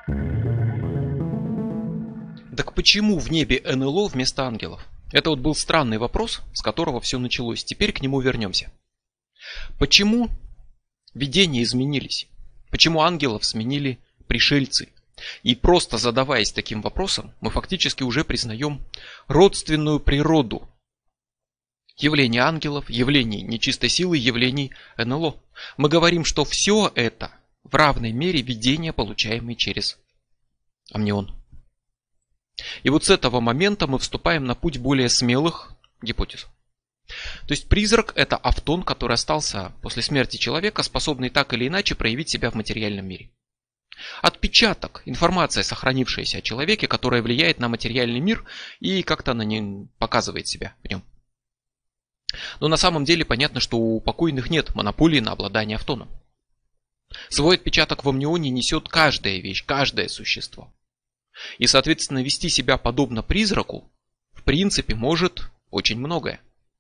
Так почему в небе НЛО вместо ангелов? Это вот был странный вопрос, с которого все началось. Теперь к нему вернемся. Почему видения изменились? Почему ангелов сменили пришельцы? И просто задаваясь таким вопросом, мы фактически уже признаем родственную природу явлений ангелов, явлений нечистой силы, явлений НЛО. Мы говорим, что все это в равной мере видения, получаемые через амнион. И вот с этого момента мы вступаем на путь более смелых гипотез. То есть призрак – это автон, который остался после смерти человека, способный так или иначе проявить себя в материальном мире. Отпечаток, информация, сохранившаяся о человеке, которая влияет на материальный мир и как-то она не показывает себя в нем. Но на самом деле понятно, что у покойных нет монополии на обладание автоном. Свой отпечаток в амнионе несет каждая вещь, каждое существо. И, соответственно, вести себя подобно призраку, в принципе, может очень многое.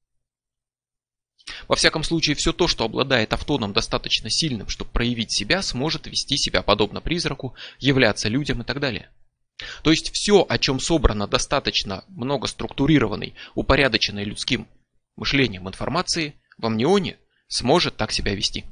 Во всяком случае, все то, что обладает автоном достаточно сильным, чтобы проявить себя, сможет вести себя подобно призраку, являться людям и так далее. То есть все, о чем собрано достаточно много структурированной, упорядоченной людским мышлением информации, в амнионе сможет так себя вести.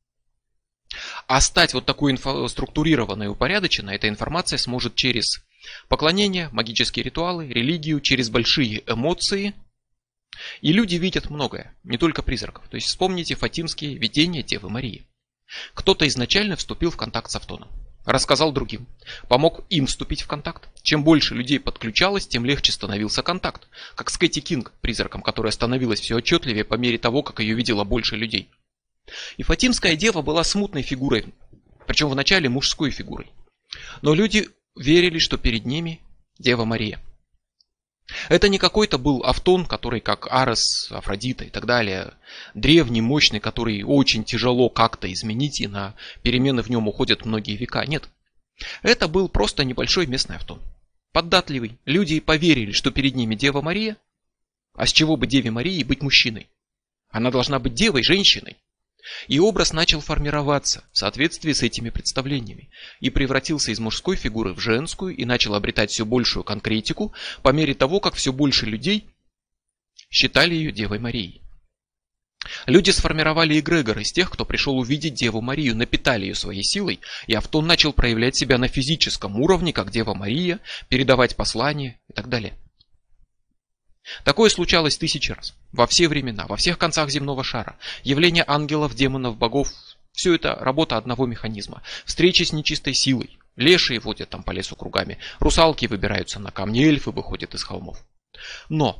А стать вот такой структурированной и упорядоченной, эта информация сможет через поклонение, магические ритуалы, религию, через большие эмоции. И люди видят многое, не только призраков. То есть вспомните фатимские видения Девы Марии. Кто-то изначально вступил в контакт с автоном, рассказал другим, помог им вступить в контакт. Чем больше людей подключалось, тем легче становился контакт. Как с Кэти Кинг, призраком, которая становилась все отчетливее по мере того, как ее видело больше людей. И фатимская дева была смутной фигурой, причем вначале мужской фигурой. Но люди верили, что перед ними Дева Мария. Это не какой-то был автон, который как Арес, Афродита и так далее, древний, мощный, который очень тяжело как-то изменить, и на перемены в нем уходят многие века. Нет. Это был просто небольшой местный автон. Податливый. Люди поверили, что перед ними Дева Мария. А с чего бы Деве Марии быть мужчиной? Она должна быть девой, женщиной. И образ начал формироваться в соответствии с этими представлениями и превратился из мужской фигуры в женскую и начал обретать все большую конкретику по мере того, как все больше людей считали ее Девой Марией. Люди сформировали эгрегор из тех, кто пришел увидеть Деву Марию, напитали ее своей силой, и автон начал проявлять себя на физическом уровне, как Дева Мария, передавать послания и так далее. Такое случалось тысячи раз, во все времена, во всех концах земного шара. Явление ангелов, демонов, богов – все это работа одного механизма. Встречи с нечистой силой. Лешие водят там по лесу кругами, русалки выбираются на камни, эльфы выходят из холмов. Но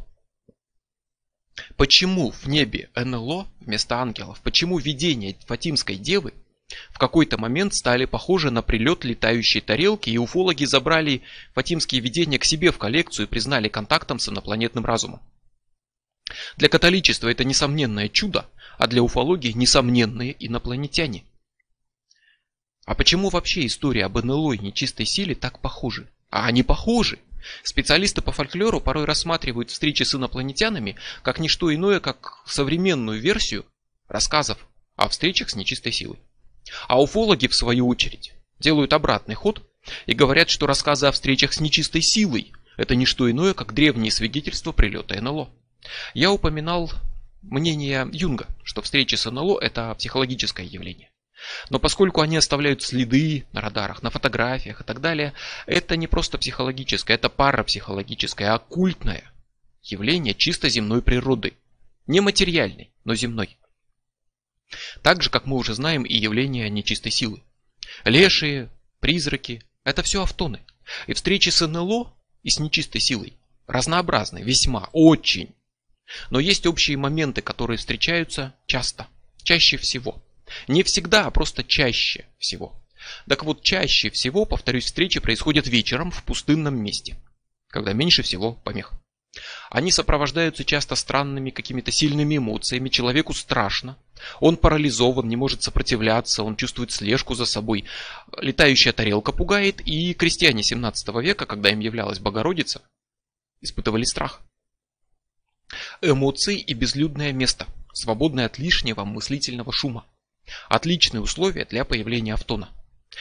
почему в небе НЛО вместо ангелов? Почему видения Фатимской девы в какой-то момент стали похожи на прилет летающей тарелки, и уфологи забрали фатимские видения к себе в коллекцию и признали контактом с инопланетным разумом? Для католичества это несомненное чудо, а для уфологии несомненные инопланетяне. А почему вообще история об НЛО и нечистой силе так похожи? А они похожи. Специалисты по фольклору порой рассматривают встречи с инопланетянами как не что иное, как современную версию рассказов о встречах с нечистой силой. А уфологи, в свою очередь, делают обратный ход и говорят, что рассказы о встречах с нечистой силой – это не что иное, как древние свидетельства прилета НЛО. Я упоминал мнение Юнга, что встречи с НЛО – это психологическое явление. Но поскольку они оставляют следы на радарах, на фотографиях и так далее, это не просто психологическое, это парапсихологическое, оккультное явление чисто земной природы. Не материальной, но земной. Так же, как мы уже знаем и явление нечистой силы. Лешие, призраки – это все автоны. И встречи с НЛО и с нечистой силой разнообразны, весьма, очень. Но есть общие моменты, которые встречаются часто, чаще всего. Не всегда, а просто чаще всего. Так вот, чаще всего, повторюсь, встречи происходят вечером в пустынном месте, когда меньше всего помех. Они сопровождаются часто странными какими-то сильными эмоциями, человеку страшно, он парализован, не может сопротивляться, он чувствует слежку за собой. Летающая тарелка пугает, и крестьяне 17 века, когда им являлась Богородица, испытывали страх. Эмоции и безлюдное место, свободное от лишнего мыслительного шума. Отличные условия для появления автона.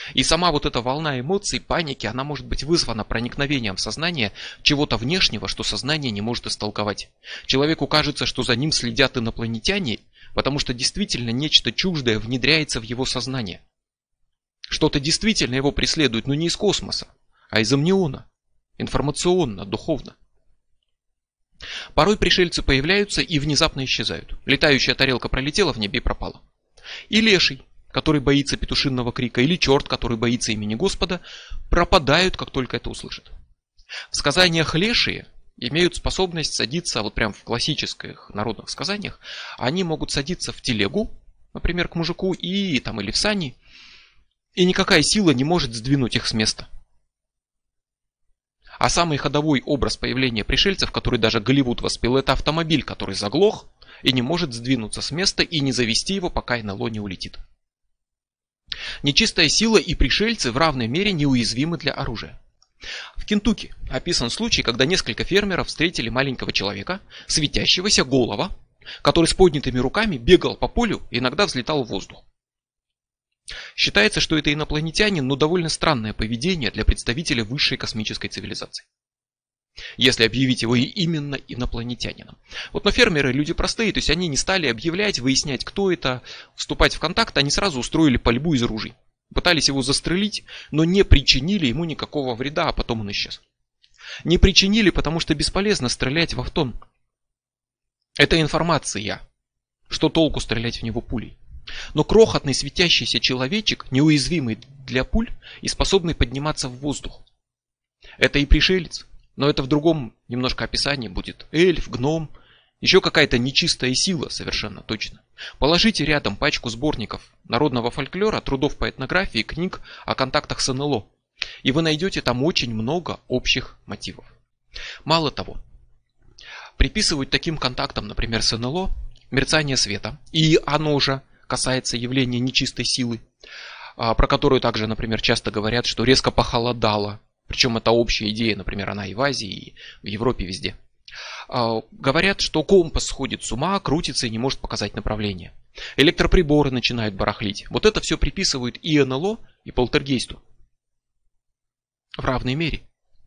И сама вот эта волна эмоций, паники, она может быть вызвана проникновением в сознание чего-то внешнего, что сознание не может истолковать. Человеку кажется, что за ним следят инопланетяне, потому что действительно нечто чуждое внедряется в его сознание. Что-то действительно его преследует, но не из космоса, а из амниона, информационно, духовно. Порой пришельцы появляются и внезапно исчезают. Летающая тарелка пролетела в небе и пропала. И леший, который боится петушинного крика, или черт, который боится имени Господа, пропадают, как только это услышат. В сказаниях лешие имеют способность садиться, вот прям в классических народных сказаниях, они могут садиться в телегу, например, к мужику, или в сани, и никакая сила не может сдвинуть их с места. А самый ходовой образ появления пришельцев, который даже Голливуд воспел, это автомобиль, который заглох и не может сдвинуться с места и не завести его, пока НЛО не улетит. Нечистая сила и пришельцы в равной мере неуязвимы для оружия. В Кентукки описан случай, когда несколько фермеров встретили маленького человека, светящегося голова, который с поднятыми руками бегал по полю и иногда взлетал в воздух. Считается, что это инопланетянин, но довольно странное поведение для представителя высшей космической цивилизации. Если объявить его именно инопланетянином. Но фермеры люди простые, то есть они не стали объявлять, выяснять, кто это, вступать в контакт, они сразу устроили пальбу из ружей. Пытались его застрелить, но не причинили ему никакого вреда, а потом он исчез. Не причинили, потому что бесполезно стрелять в автон. Это информация. Что толку стрелять в него пулей? Но крохотный светящийся человечек, неуязвимый для пуль и способный подниматься в воздух. Это и пришелец, но это в другом немножко описании будет. Эльф, гном, еще какая-то нечистая сила совершенно точно. Положите рядом пачку сборников народного фольклора, трудов по этнографии, книг о контактах с НЛО. И вы найдете там очень много общих мотивов. Мало того, приписывают таким контактам, например, с НЛО, мерцание света. И оно же касается явления нечистой силы, про которую также, например, часто говорят, что резко похолодало. Причем это общая идея, например, она и в Азии, и в Европе, везде. Говорят, что компас сходит с ума, крутится и не может показать направление. Электроприборы начинают барахлить. Вот это все приписывают и НЛО, и полтергейсту. В равной мере.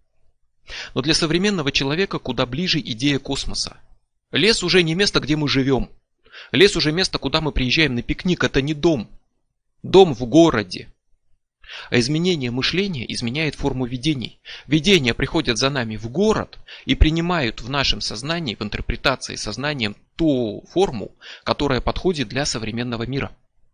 Но для современного человека куда ближе идея космоса. Лес уже не место, где мы живем. Лес уже место, куда мы приезжаем на пикник. Это не дом. Дом в городе. А изменение мышления изменяет форму видений. Видения приходят за нами в город и принимают в нашем сознании, в интерпретации сознанием ту форму, которая подходит для современного мира.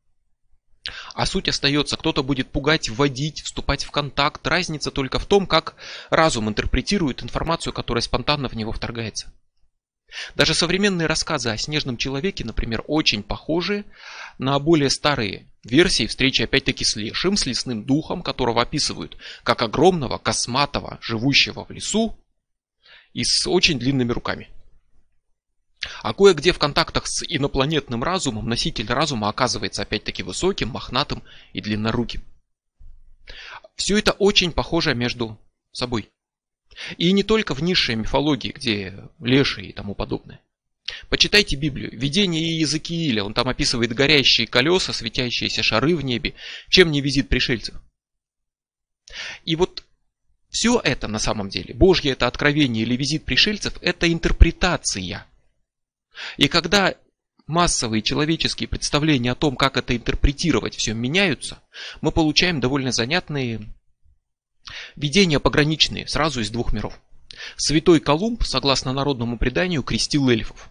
А суть остается, кто-то будет пугать, вводить, вступать в контакт. Разница только в том, как разум интерпретирует информацию, которая спонтанно в него вторгается. Даже современные рассказы о снежном человеке, например, очень похожи на более старые версии встречи опять-таки с лешим, с лесным духом, которого описывают как огромного, косматого, живущего в лесу и с очень длинными руками. А кое-где в контактах с инопланетным разумом носитель разума оказывается опять-таки высоким, мохнатым и длинноруким. Все это очень похоже между собой. И не только в низшей мифологии, где лешие и тому подобное. Почитайте Библию. Видение Иезекииля. Он там описывает горящие колеса, светящиеся шары в небе. Чем не визит пришельцев? И вот все это на самом деле, Божье это откровение или визит пришельцев, это интерпретация. И когда массовые человеческие представления о том, как это интерпретировать, все меняются, мы получаем довольно занятные видения пограничные, сразу из двух миров. Святой Колумб, согласно народному преданию, крестил эльфов.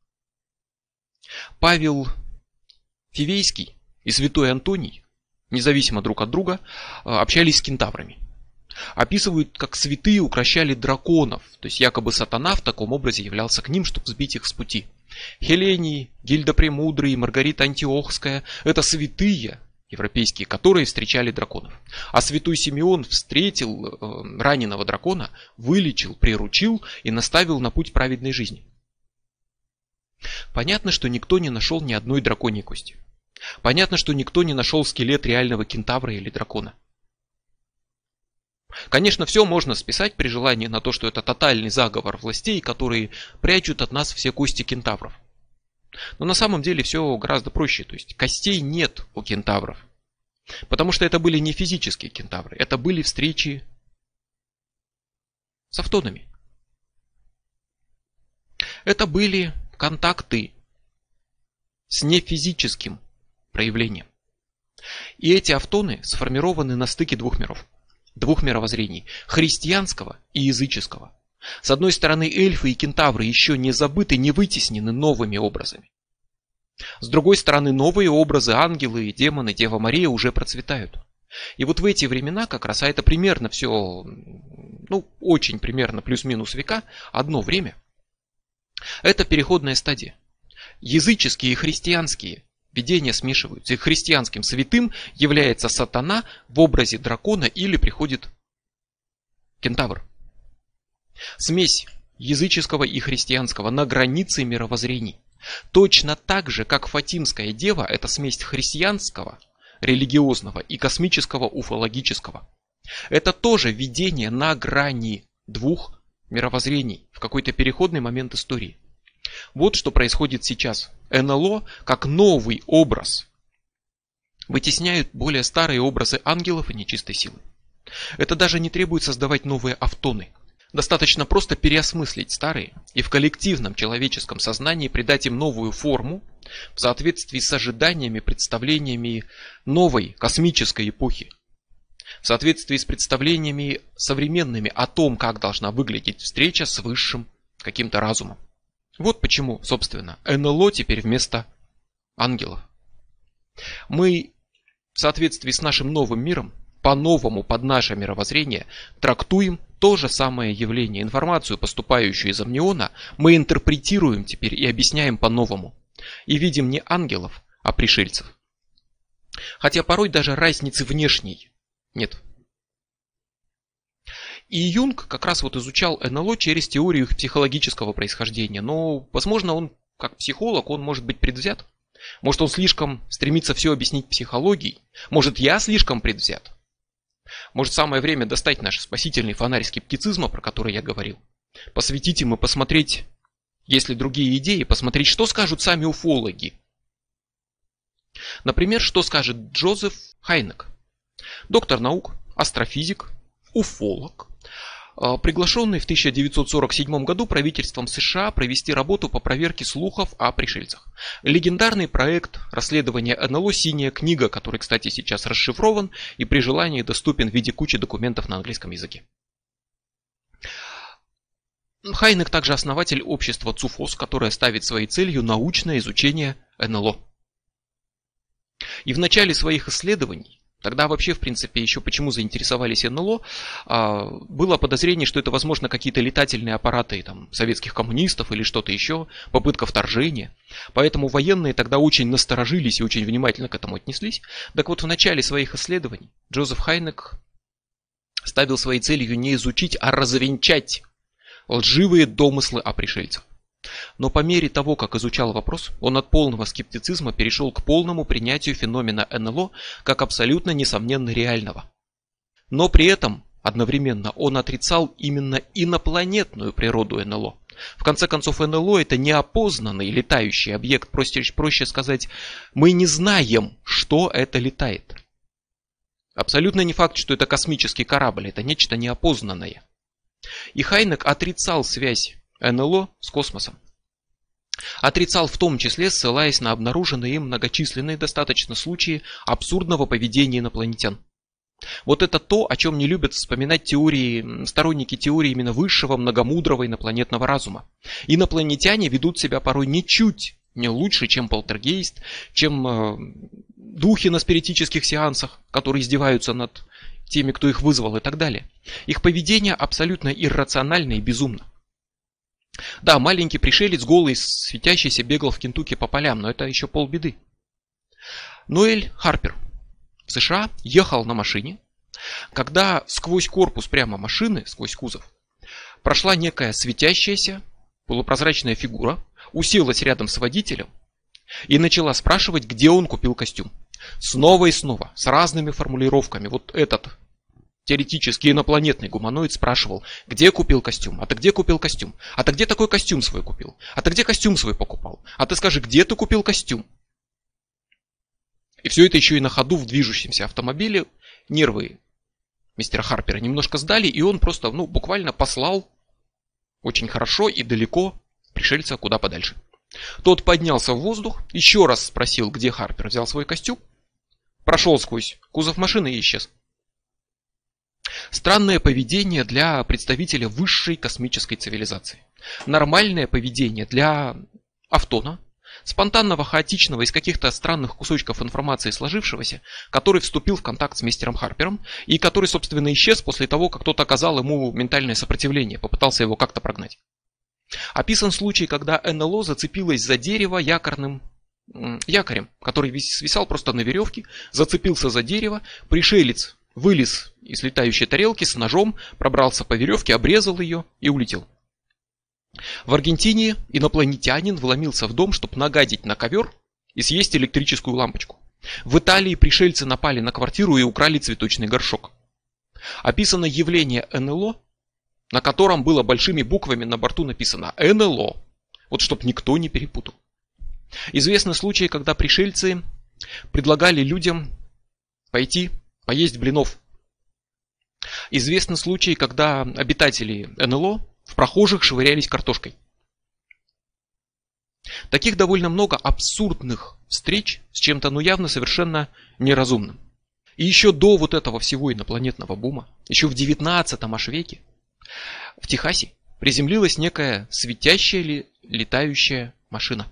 Павел Фивейский и святой Антоний, независимо друг от друга, общались с кентаврами. Описывают, как святые укрощали драконов, то есть якобы сатана в таком образе являлся к ним, чтобы сбить их с пути. Хелений, Гильда Премудрый, Маргарита Антиохская – это святые европейские, которые встречали драконов. А святой Симеон встретил раненого дракона, вылечил, приручил и наставил на путь праведной жизни. Понятно, что никто не нашел ни одной драконьей кости. Понятно, что никто не нашел скелет реального кентавра или дракона. Конечно, все можно списать при желании на то, что это тотальный заговор властей, которые прячут от нас все кости кентавров. Но на самом деле все гораздо проще. То есть костей нет у кентавров. Потому что это были не физические кентавры, это были встречи с автонами. Это были контакты с нефизическим проявлением. И эти автоны сформированы на стыке двух миров, двух мировоззрений, христианского и языческого. С одной стороны, эльфы и кентавры еще не забыты, не вытеснены новыми образами. С другой стороны, новые образы, ангелы, демоны, Дева Мария уже процветают. И вот в эти времена как раз, а это примерно все, очень примерно плюс-минус века, одно время, это переходная стадия. Языческие и христианские видения смешиваются. И христианским святым является сатана в образе дракона или приходит кентавр. Смесь языческого и христианского на границе мировоззрений. Точно так же, как Фатимская дева – это смесь христианского, религиозного и космического уфологического. Это тоже видение на грани двух мировоззрений в какой-то переходный момент истории. Вот что происходит сейчас. НЛО, как новый образ, вытесняют более старые образы ангелов и нечистой силы. Это даже не требует создавать новые автоны. Достаточно просто переосмыслить старые и в коллективном человеческом сознании придать им новую форму в соответствии с ожиданиями, представлениями новой космической эпохи, в соответствии с представлениями современными о том, как должна выглядеть встреча с высшим каким-то разумом. Вот почему, собственно, НЛО теперь вместо ангелов. Мы в соответствии с нашим новым миром, по-новому под наше мировоззрение, трактуем то же самое явление. Информацию, поступающую из амниона, мы интерпретируем теперь и объясняем по-новому. И видим не ангелов, а пришельцев. Хотя порой даже разницы внешней нет. И Юнг как раз вот изучал НЛО через теорию их психологического происхождения. Но, возможно, он, как психолог, он может быть предвзят. Может, он слишком стремится все объяснить психологией. Может, я слишком предвзят. Может, самое время достать наш спасительный фонарь скептицизма, про который я говорил. Посвятить им и посмотреть, если другие идеи, посмотреть, что скажут сами уфологи. Например, что скажет Джозеф Хайнек, доктор наук, астрофизик, уфолог, приглашенный в 1947 году правительством США провести работу по проверке слухов о пришельцах. Легендарный проект расследования НЛО «Синяя книга», который, кстати, сейчас расшифрован и при желании доступен в виде кучи документов на английском языке. Хайнек также основатель общества ЦУФОС, которое ставит своей целью научное изучение НЛО. И в начале своих исследований, тогда вообще, в принципе, еще почему заинтересовались НЛО, было подозрение, что это, возможно, какие-то летательные аппараты там, советских коммунистов или что-то еще, попытка вторжения. Поэтому военные тогда очень насторожились и очень внимательно к этому отнеслись. Так вот, в начале своих исследований Джозеф Хайнек ставил своей целью не изучить, а развенчать лживые домыслы о пришельцах. Но по мере того, как изучал вопрос, он от полного скептицизма перешел к полному принятию феномена НЛО как абсолютно несомненно реального. Но при этом одновременно он отрицал именно инопланетную природу НЛО. В конце концов, НЛО это неопознанный летающий объект, проще сказать, мы не знаем, что это летает. Абсолютно не факт, что это космический корабль, это нечто неопознанное. И Хайнек отрицал связь НЛО с космосом. Отрицал в том числе, ссылаясь на обнаруженные им многочисленные достаточно случаи абсурдного поведения инопланетян. Вот это то, о чем не любят вспоминать сторонники теории именно высшего многомудрого инопланетного разума. Инопланетяне ведут себя порой ничуть не лучше, чем полтергейст, чем духи на спиритических сеансах, которые издеваются над теми, кто их вызвал и так далее. Их поведение абсолютно иррационально и безумно. Да, маленький пришелец, голый, светящийся, бегал в Кентукки по полям, но это еще полбеды. Ноэль Харпер в США ехал на машине, когда сквозь корпус прямо машины, сквозь кузов, прошла некая светящаяся полупрозрачная фигура, уселась рядом с водителем и начала спрашивать, где он купил костюм. Снова и снова, с разными формулировками. Вот этот теоретически инопланетный гуманоид спрашивал, где купил костюм? А ты где купил костюм? А ты где такой костюм свой купил? А ты где костюм свой покупал? А ты скажи, где ты купил костюм? И все это еще и на ходу в движущемся автомобиле. Нервы мистера Харпера немножко сдали, и он просто, буквально послал очень хорошо и далеко пришельца куда подальше. Тот поднялся в воздух, еще раз спросил, где Харпер взял свой костюм, прошел сквозь кузов машины и исчез. Странное поведение для представителя высшей космической цивилизации. Нормальное поведение для Автона, спонтанного, хаотичного, из каких-то странных кусочков информации сложившегося, который вступил в контакт с мистером Харпером и который, собственно, исчез после того, как кто-то оказал ему ментальное сопротивление, попытался его как-то прогнать. Описан случай, когда НЛО зацепилось за дерево якорем, который свисал просто на веревке, зацепился за дерево, пришелец вылез из летающей тарелки с ножом, пробрался по веревке, обрезал ее и улетел. В Аргентине инопланетянин вломился в дом, чтобы нагадить на ковер и съесть электрическую лампочку. В Италии пришельцы напали на квартиру и украли цветочный горшок. Описано явление НЛО, на котором было большими буквами на борту написано НЛО. Вот чтобы никто не перепутал. Известны случаи, когда пришельцы предлагали людям пойти поесть блинов. Известны случаи, когда обитатели НЛО в прохожих швырялись картошкой. Таких довольно много абсурдных встреч с чем-то, явно совершенно неразумным. И еще до вот этого всего инопланетного бума, еще в 19 аж веке, в Техасе приземлилась некая светящая летающая машина.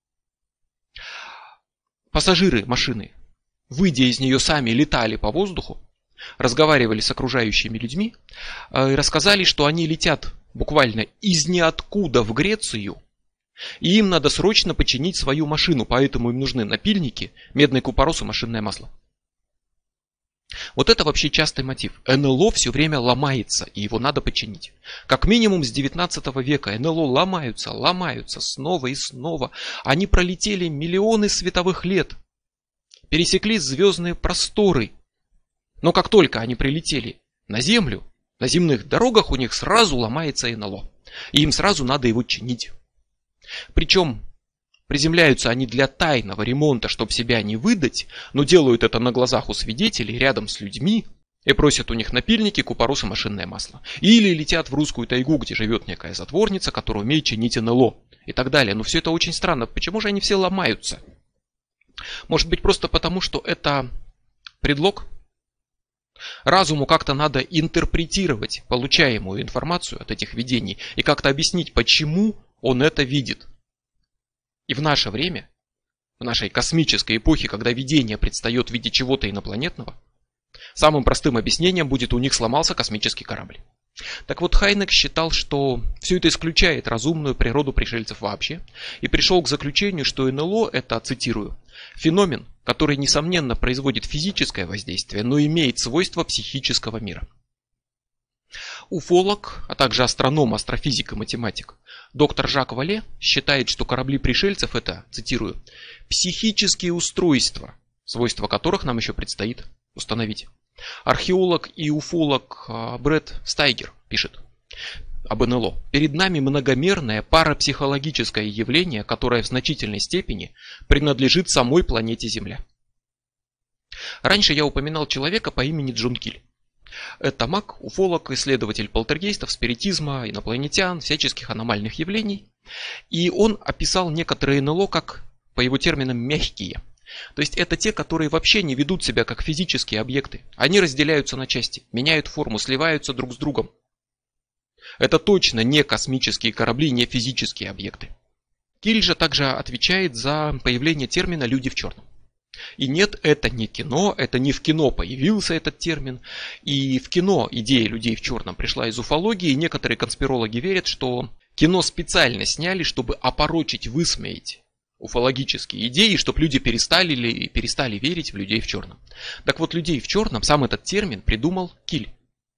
Пассажиры машины, выйдя из нее, сами летали по воздуху, разговаривали с окружающими людьми и рассказали, что они летят буквально из ниоткуда в Грецию, и им надо срочно починить свою машину, поэтому им нужны напильники, медный купорос и машинное масло. Вот это вообще частый мотив. НЛО все время ломается, и его надо починить. Как минимум с 19 века НЛО ломаются снова и снова. Они пролетели миллионы световых лет, пересекли звездные просторы. Но как только они прилетели на Землю, на земных дорогах у них сразу ломается НЛО. И им сразу надо его чинить. Причем приземляются они для тайного ремонта, чтобы себя не выдать, но делают это на глазах у свидетелей, рядом с людьми, и просят у них напильники, купорос и машинное масло. Или летят в русскую тайгу, где живет некая затворница, которая умеет чинить НЛО и так далее. Но все это очень странно. Почему же они все ломаются? Может быть, просто потому, что это предлог? Разуму как-то надо интерпретировать получаемую информацию от этих видений и как-то объяснить, почему он это видит. И в наше время, в нашей космической эпохе, когда видение предстает в виде чего-то инопланетного, самым простым объяснением будет: у них сломался космический корабль. Так вот, Хайнек считал, что все это исключает разумную природу пришельцев вообще, и пришел к заключению, что НЛО это, цитирую, феномен, который, несомненно, производит физическое воздействие, но имеет свойства психического мира. Уфолог, а также астроном, астрофизик и математик доктор Жак Вале считает, что корабли пришельцев это, цитирую, психические устройства, свойства которых нам еще предстоит установить. Археолог и уфолог Брэд Стайгер пишет об НЛО. Перед нами многомерное парапсихологическое явление, которое в значительной степени принадлежит самой планете Земля. Раньше я упоминал человека по имени Джон Киль. Это маг, уфолог, исследователь полтергейстов, спиритизма, инопланетян, всяческих аномальных явлений. И он описал некоторые НЛО как, по его терминам, мягкие. То есть это те, которые вообще не ведут себя как физические объекты. Они разделяются на части, меняют форму, сливаются друг с другом. Это точно не космические корабли, не физические объекты. Киль же также отвечает за появление термина «люди в черном». И нет, это не кино, это не в кино появился этот термин. И в кино идея людей в черном пришла из уфологии. И некоторые конспирологи верят, что кино специально сняли, чтобы опорочить, высмеять уфологические идеи, чтобы люди перестали верить в людей в черном. Так вот, людей в черном, сам этот термин придумал Киль.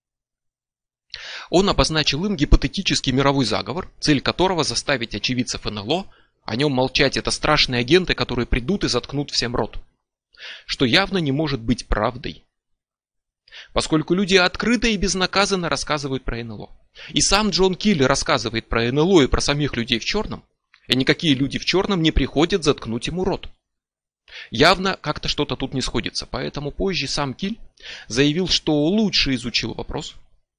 Он обозначил им гипотетический мировой заговор, цель которого заставить очевидцев НЛО о нем молчать. Это страшные агенты, которые придут и заткнут всем рот. Что явно не может быть правдой. Поскольку люди открыто и безнаказанно рассказывают про НЛО. И сам Джон Киль рассказывает про НЛО и про самих людей в черном. И никакие люди в черном не приходят заткнуть ему рот. Явно как-то что-то тут не сходится, поэтому позже сам Киль заявил, что лучше изучил вопрос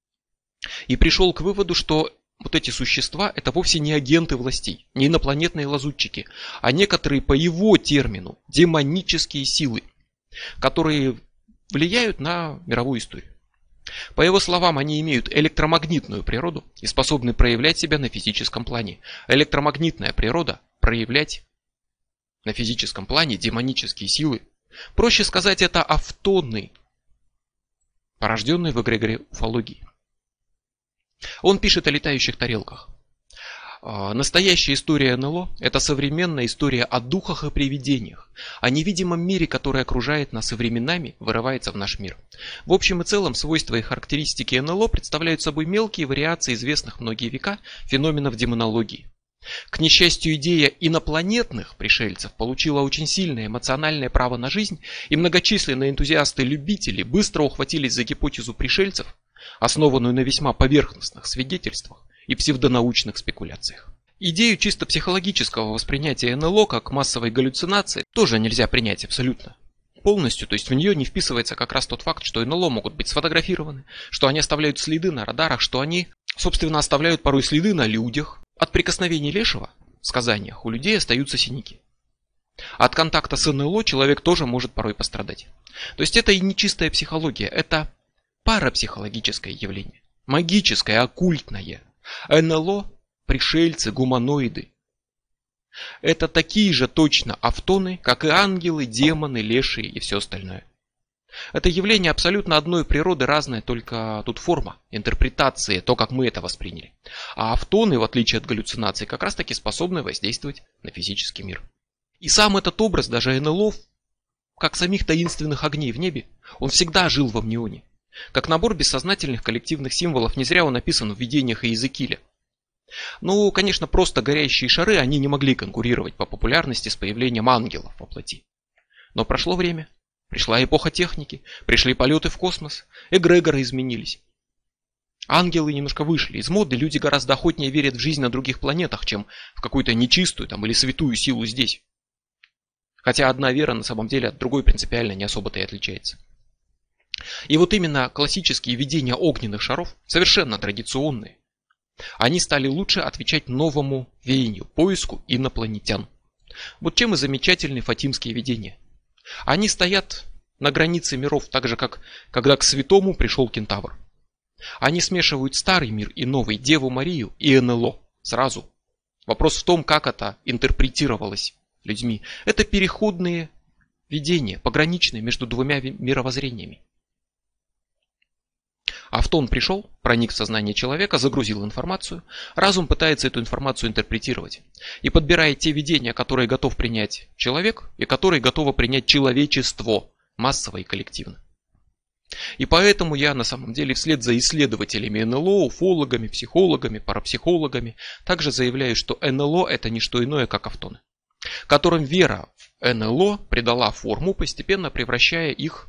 и пришел к выводу, что вот эти существа это вовсе не агенты властей, не инопланетные лазутчики, а некоторые по его термину демонические силы, которые влияют на мировую историю. По его словам, они имеют электромагнитную природу и способны проявлять себя на физическом плане. Электромагнитная природа проявлять на физическом плане демонические силы. Проще сказать, это автоны, порожденные в эгрегоре уфологии. Он пишет о летающих тарелках. Настоящая история НЛО – это современная история о духах и привидениях, о невидимом мире, который окружает нас и временами вырывается в наш мир. В общем и целом, свойства и характеристики НЛО представляют собой мелкие вариации известных многие века феноменов демонологии. К несчастью, идея инопланетных пришельцев получила очень сильное эмоциональное право на жизнь, и многочисленные энтузиасты-любители быстро ухватились за гипотезу пришельцев, основанную на весьма поверхностных свидетельствах и псевдонаучных спекуляциях. Идею чисто психологического воспринятия НЛО как массовой галлюцинации тоже нельзя принять абсолютно полностью, то есть в нее не вписывается как раз тот факт, что НЛО могут быть сфотографированы, что они оставляют следы на радарах, что они, собственно, оставляют порой следы на людях. От прикосновений лешего в сказаниях у людей остаются синяки. От контакта с НЛО человек тоже может порой пострадать. То есть это и не чистая психология, это парапсихологическое явление, магическое, оккультное. НЛО, пришельцы, гуманоиды. Это такие же точно автоны, как и ангелы, демоны, лешие и все остальное. Это явление абсолютно одной природы, разное, только тут форма, интерпретации, то, как мы это восприняли. А автоны, в отличие от галлюцинаций, как раз таки способны воздействовать на физический мир. И сам этот образ, даже НЛО, как самих таинственных огней в небе, он всегда жил в амнионе. Как набор бессознательных коллективных символов, не зря он написан в видениях Иезекииля. Ну, конечно, просто горящие шары, они не могли конкурировать по популярности с появлением ангелов во плоти. Но прошло время. Пришла эпоха техники, пришли полеты в космос, эгрегоры изменились. Ангелы немножко вышли из моды, люди гораздо охотнее верят в жизнь на других планетах, чем в какую-то нечистую там, или святую силу здесь. Хотя одна вера на самом деле от другой принципиально не особо-то и отличается. И вот именно классические видения огненных шаров, совершенно традиционные, они стали лучше отвечать новому веянию, поиску инопланетян. Вот чем и замечательны фатимские видения. Они стоят на границе миров, так же, как когда к святому пришел кентавр. Они смешивают старый мир и новый, Деву Марию и НЛО сразу. Вопрос в том, как это интерпретировалось людьми. Это переходные видения, пограничные между двумя мировоззрениями. Автон пришел, проник в сознание человека, загрузил информацию. Разум пытается эту информацию интерпретировать. И подбирает те видения, которые готов принять человек и которые готово принять человечество, массово и коллективно. И поэтому я на самом деле вслед за исследователями НЛО, уфологами, психологами, парапсихологами также заявляю, что НЛО это не что иное, как автоны, которым вера в НЛО придала форму, постепенно превращая их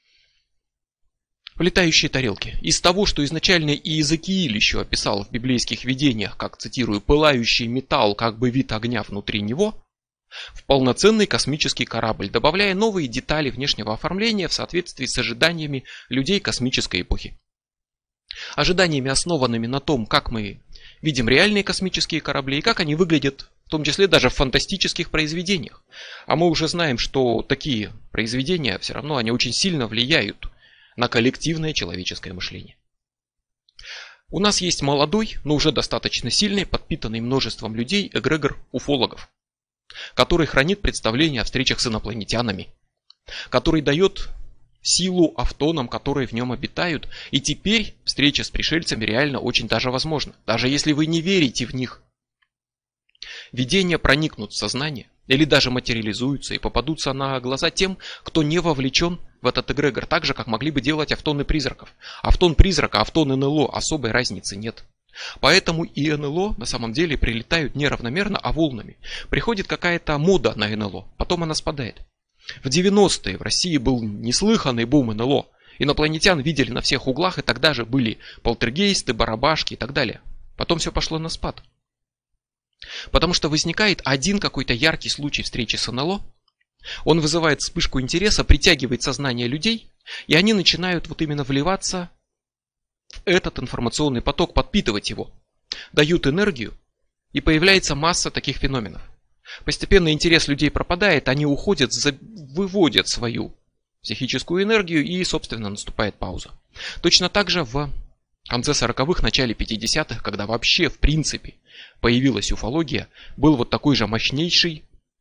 в летающие тарелки. Из того, что изначально Иезекииль еще описал в библейских видениях, как, цитирую, «пылающий металл, как бы вид огня внутри него», в полноценный космический корабль, добавляя новые детали внешнего оформления в соответствии с ожиданиями людей космической эпохи. Ожиданиями, основанными на том, как мы видим реальные космические корабли и как они выглядят, в том числе даже в фантастических произведениях. А мы уже знаем, что такие произведения все равно они очень сильно влияют на коллективное человеческое мышление. У нас есть молодой, но уже достаточно сильный, подпитанный множеством людей эгрегор уфологов, который хранит представление о встречах с инопланетянами, который дает силу автонам, которые в нем обитают, и теперь встреча с пришельцами реально очень даже возможна, даже если вы не верите в них. Видения проникнут в сознание или даже материализуются и попадутся на глаза тем, кто не вовлечен в этот эгрегор, так же, как могли бы делать автоны призраков. Автон призрака, автон НЛО, особой разницы нет. Поэтому и НЛО на самом деле прилетают не равномерно, а волнами. Приходит какая-то мода на НЛО, потом она спадает. В 90-е в России был неслыханный бум НЛО. Инопланетян видели на всех углах, и тогда же были полтергейсты, барабашки и так далее. Потом все пошло на спад. Потому что возникает один какой-то яркий случай встречи с НЛО, Он вызывает вспышку интереса, притягивает сознание людей, и они начинают вот именно вливаться в этот информационный поток, подпитывать его, дают энергию, и появляется масса таких феноменов. Постепенно интерес людей пропадает, они уходят, выводят свою психическую энергию, и, собственно, наступает пауза. Точно так же в конце 40-х, начале 50-х, когда вообще, в принципе, появилась уфология, был вот такой же мощнейший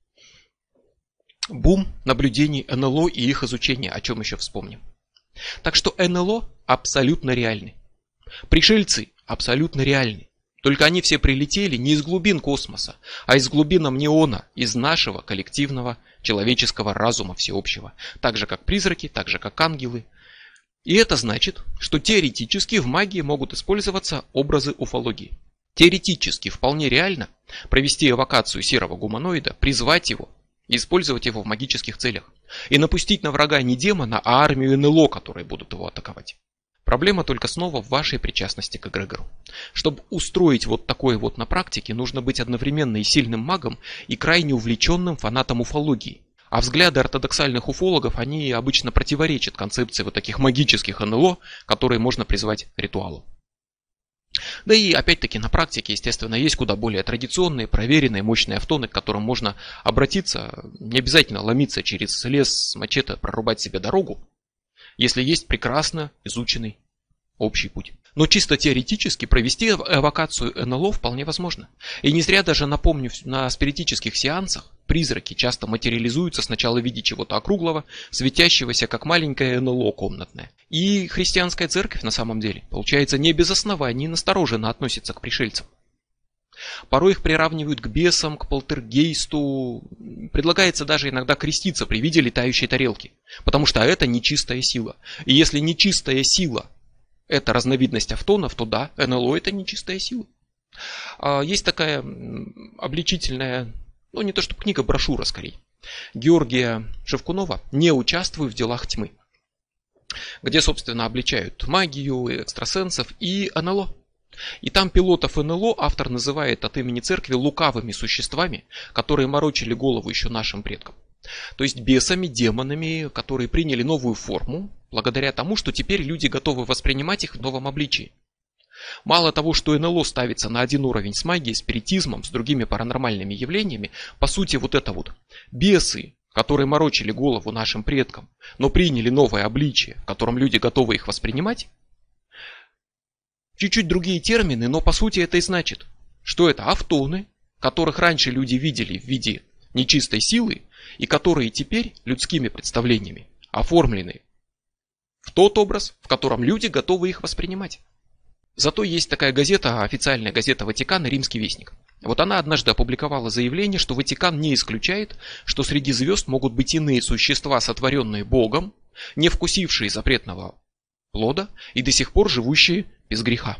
бум наблюдений НЛО и их изучения, о чем еще вспомним. Так что НЛО абсолютно реальны. Пришельцы абсолютно реальны. Только они все прилетели не из глубин космоса, а из глубин амниона, из нашего коллективного человеческого разума всеобщего. Так же, как призраки, так же, как ангелы. И это значит, что теоретически в магии могут использоваться образы уфологии. Теоретически вполне реально провести эвокацию серого гуманоида, призвать его и использовать его в магических целях. И напустить на врага не демона, а армию НЛО, которые будут его атаковать. Проблема только снова в вашей причастности к эгрегору. Чтобы устроить вот такое вот на практике, нужно быть одновременно и сильным магом, и крайне увлеченным фанатом уфологии. А взгляды ортодоксальных уфологов, они обычно противоречат концепции вот таких магических НЛО, которые можно призвать ритуалом. Да и опять-таки на практике, естественно, есть куда более традиционные, проверенные, мощные автоны, к которым можно обратиться, не обязательно ломиться через лес с мачете, прорубать себе дорогу, если есть прекрасно изученный общий путь. Но чисто теоретически провести эвокацию НЛО вполне возможно. И не зря даже напомню, на спиритических сеансах призраки часто материализуются сначала в виде чего-то округлого, светящегося, как маленькое НЛО комнатное. И христианская церковь на самом деле, получается, не без оснований настороженно относится к пришельцам. Порой их приравнивают к бесам, к полтергейсту. Предлагается даже иногда креститься при виде летающей тарелки. Потому что это нечистая сила. И если нечистая сила — это разновидность автонов, то да, НЛО — это нечистая сила. Есть такая обличительная, ну не то чтобы книга, брошюра скорее, Георгия Шевкунова «Не участвуй в делах тьмы», где, собственно, обличают магию, экстрасенсов и НЛО. И там пилотов НЛО автор называет от имени церкви лукавыми существами, которые морочили голову еще нашим предкам. То есть бесами, демонами, которые приняли новую форму, благодаря тому, что теперь люди готовы воспринимать их в новом обличии. Мало того, что НЛО ставится на один уровень с магией, спиритизмом, с другими паранормальными явлениями, по сути вот это вот бесы, которые морочили голову нашим предкам, но приняли новое обличие, в котором люди готовы их воспринимать, чуть-чуть другие термины, но по сути это и значит, что это автоны, которых раньше люди видели в виде нечистой силы, и которые теперь людскими представлениями оформлены в тот образ, в котором люди готовы их воспринимать. Зато есть такая газета, официальная газета Ватикана «Римский вестник». Вот она однажды опубликовала заявление, что Ватикан не исключает, что среди звезд могут быть иные существа, сотворенные Богом, не вкусившие запретного плода и до сих пор живущие без греха.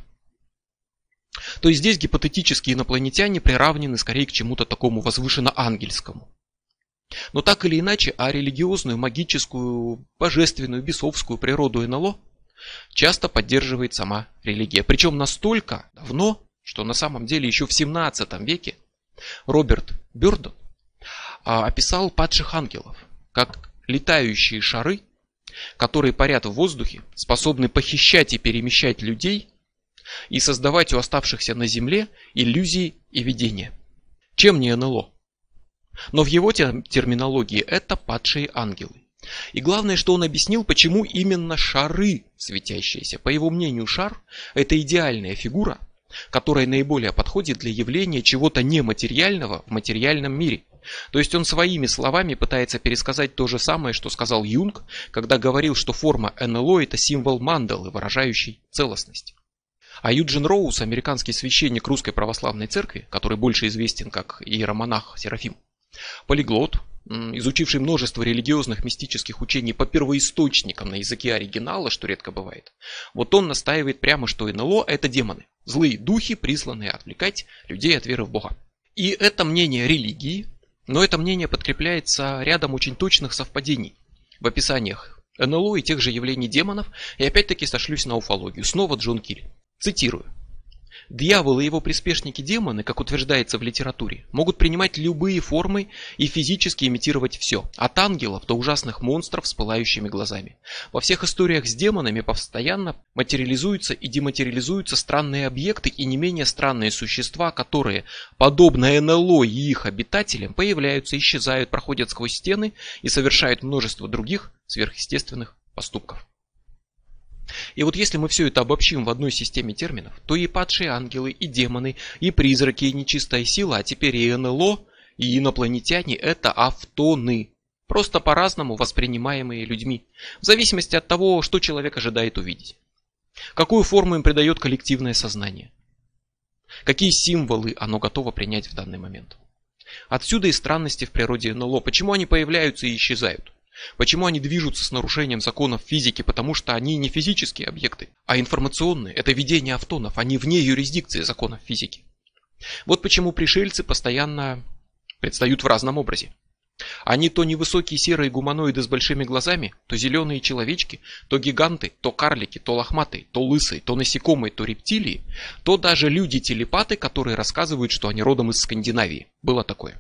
То есть здесь гипотетические инопланетяне приравнены скорее к чему-то такому возвышенно-ангельскому. Но так или иначе, а религиозную, магическую, божественную, бесовскую природу НЛО часто поддерживает сама религия. Причем настолько давно, что на самом деле еще в 17 веке Роберт Бёрден описал падших ангелов как летающие шары, которые парят в воздухе, способны похищать и перемещать людей и создавать у оставшихся на земле иллюзии и видения. Чем не НЛО? Но в его терминологии это падшие ангелы. И главное, что он объяснил, почему именно шары светящиеся. По его мнению, шар — это идеальная фигура, которая наиболее подходит для явления чего-то нематериального в материальном мире. То есть он своими словами пытается пересказать то же самое, что сказал Юнг, когда говорил, что форма НЛО — это символ мандалы, выражающий целостность. А Юджин Роуз, американский священник Русской Православной Церкви, который больше известен как иеромонах Серафим, полиглот, изучивший множество религиозных мистических учений по первоисточникам на языке оригинала, что редко бывает, вот он настаивает прямо, что НЛО — это демоны, злые духи, присланные отвлекать людей от веры в Бога. И это мнение религии, но это мнение подкрепляется рядом очень точных совпадений в описаниях НЛО и тех же явлений демонов, и опять-таки сошлюсь на уфологию. Снова Джон Киль. Цитирую. Дьявол и его приспешники-демоны, как утверждается в литературе, могут принимать любые формы и физически имитировать все, от ангелов до ужасных монстров с пылающими глазами. Во всех историях с демонами постоянно материализуются и дематериализуются странные объекты и не менее странные существа, которые, подобно НЛО и их обитателям, появляются, исчезают, проходят сквозь стены и совершают множество других сверхъестественных поступков. И вот если мы все это обобщим в одной системе терминов, то и падшие ангелы, и демоны, и призраки, и нечистая сила, а теперь и НЛО, и инопланетяне – это автоны, просто по-разному воспринимаемые людьми, в зависимости от того, что человек ожидает увидеть. Какую форму им придает коллективное сознание, какие символы оно готово принять в данный момент. Отсюда и странности в природе НЛО, почему они появляются и исчезают. Почему они движутся с нарушением законов физики? Потому что они не физические объекты, а информационные. Это видение автонов, они вне юрисдикции законов физики. Вот почему пришельцы постоянно предстают в разном образе. Они то невысокие серые гуманоиды с большими глазами, то зеленые человечки, то гиганты, то карлики, то лохматые, то лысые, то насекомые, то рептилии, то даже люди-телепаты, которые рассказывают, что они родом из Скандинавии. Было такое.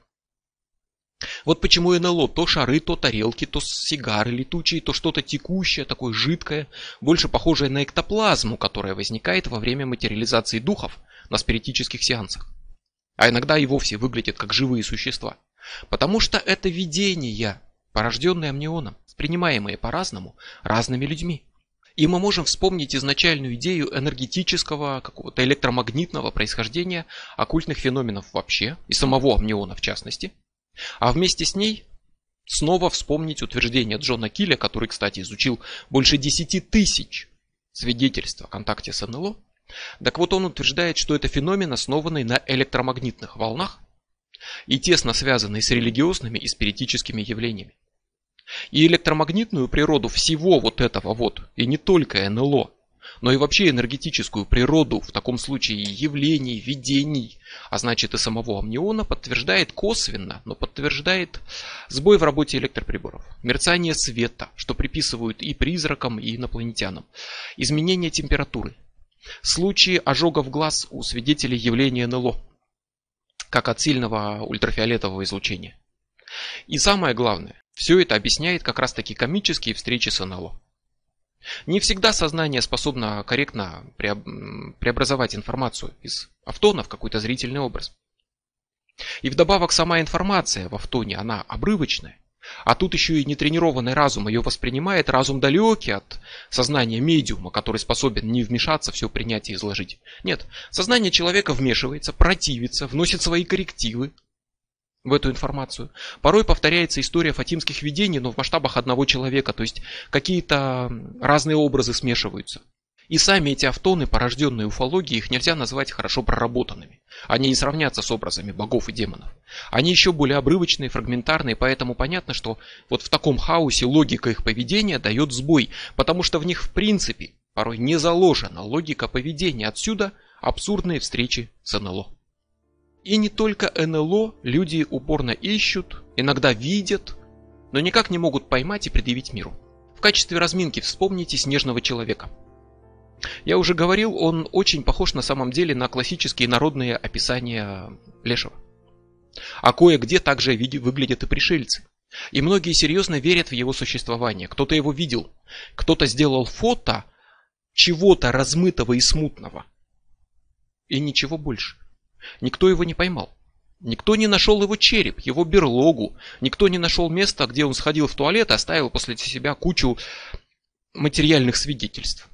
Вот почему НЛО то шары, то тарелки, то сигары летучие, то что-то текущее, такое жидкое, больше похожее на эктоплазму, которая возникает во время материализации духов на спиритических сеансах. А иногда и вовсе выглядят как живые существа. Потому что это видения, порожденные амнионом, принимаемые по-разному разными людьми. И мы можем вспомнить изначальную идею энергетического, какого-то электромагнитного происхождения оккультных феноменов вообще, и самого амниона в частности. А вместе с ней снова вспомнить утверждение Джона Килля, который, кстати, изучил больше 10 тысяч свидетельств о контакте с НЛО. Так вот, он утверждает, что это феномен, основанный на электромагнитных волнах и тесно связанный с религиозными и спиритическими явлениями. И электромагнитную природу всего вот этого вот, и не только НЛО, но и вообще энергетическую природу, в таком случае явлений, видений, а значит и самого амниона, подтверждает косвенно, но подтверждает сбой в работе электроприборов, мерцание света, что приписывают и призракам, и инопланетянам, изменение температуры, случаи ожогов глаз у свидетелей явления НЛО, как от сильного ультрафиолетового излучения. И самое главное, все это объясняет как раз таки комические встречи с НЛО. Не всегда сознание способно корректно преобразовать информацию из автона в какой-то зрительный образ. И вдобавок сама информация в автоне, она обрывочная. А тут еще и нетренированный разум ее воспринимает, разум далекий от сознания медиума, который способен не вмешаться, все принять и изложить. Нет, сознание человека вмешивается, противится, вносит свои коррективы в эту информацию. Порой повторяется история фатимских видений, но в масштабах одного человека, то есть какие-то разные образы смешиваются. И сами эти автоны, порожденные уфологией, их нельзя назвать хорошо проработанными. Они не сравнятся с образами богов и демонов. Они еще более обрывочные, фрагментарные, поэтому понятно, что вот в таком хаосе логика их поведения дает сбой, потому что в них в принципе порой не заложена логика поведения. Отсюда абсурдные встречи с НЛО. И не только НЛО люди упорно ищут, иногда видят, но никак не могут поймать и предъявить миру. В качестве разминки вспомните «Снежного человека». Я уже говорил, он очень похож на самом деле на классические народные описания Лешего. А кое-где также выглядят и пришельцы. И многие серьезно верят в его существование. Кто-то его видел, кто-то сделал фото чего-то размытого и смутного. И ничего больше. Никто его не поймал. Никто не нашел его череп, его берлогу. Никто не нашел место, где он сходил в туалет и оставил после себя кучу материальных свидетельств.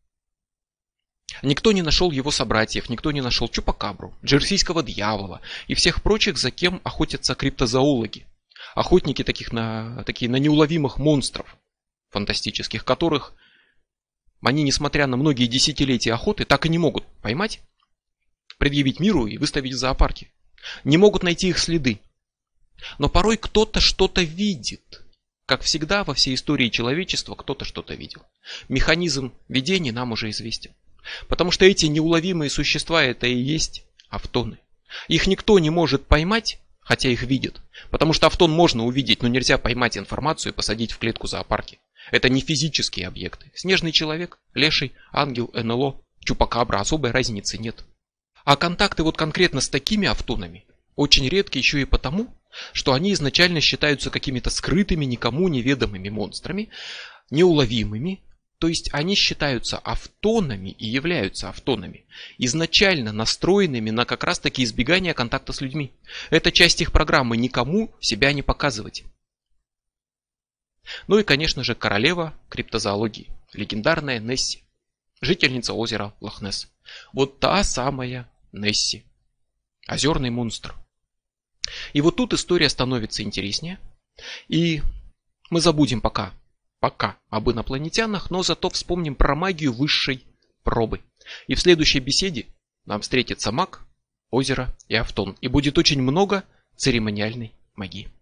Никто не нашел его собратьев, никто не нашел Чупакабру, Джерсийского дьявола и всех прочих, за кем охотятся криптозоологи. Охотники такие на неуловимых монстров фантастических, которых они, несмотря на многие десятилетия охоты, так и не могут поймать, предъявить миру и выставить в зоопарке. Не могут найти их следы. Но порой кто-то что-то видит. Как всегда во всей истории человечества кто-то что-то видел. Механизм видений нам уже известен. Потому что эти неуловимые существа это и есть автоны. Их никто не может поймать, хотя их видят. Потому что автон можно увидеть, но нельзя поймать информацию и посадить в клетку зоопарке. Это не физические объекты. Снежный человек, леший, ангел, НЛО, Чупакабра, особой разницы нет. А контакты вот конкретно с такими автонами очень редки еще и потому, что они изначально считаются какими-то скрытыми, никому неведомыми монстрами, неуловимыми. То есть они считаются автонами и являются автонами, изначально настроенными на как раз таки избегание контакта с людьми. Это часть их программы — никому себя не показывать. Ну и, конечно же, королева криптозоологии, легендарная Несси, жительница озера Лох-Несс. Вот та самая Несси, озерный монстр. И вот тут история становится интереснее. И мы забудем пока об инопланетянах, но зато вспомним про магию высшей пробы. И в следующей беседе нам встретится маг, озеро и автон. И будет очень много церемониальной магии.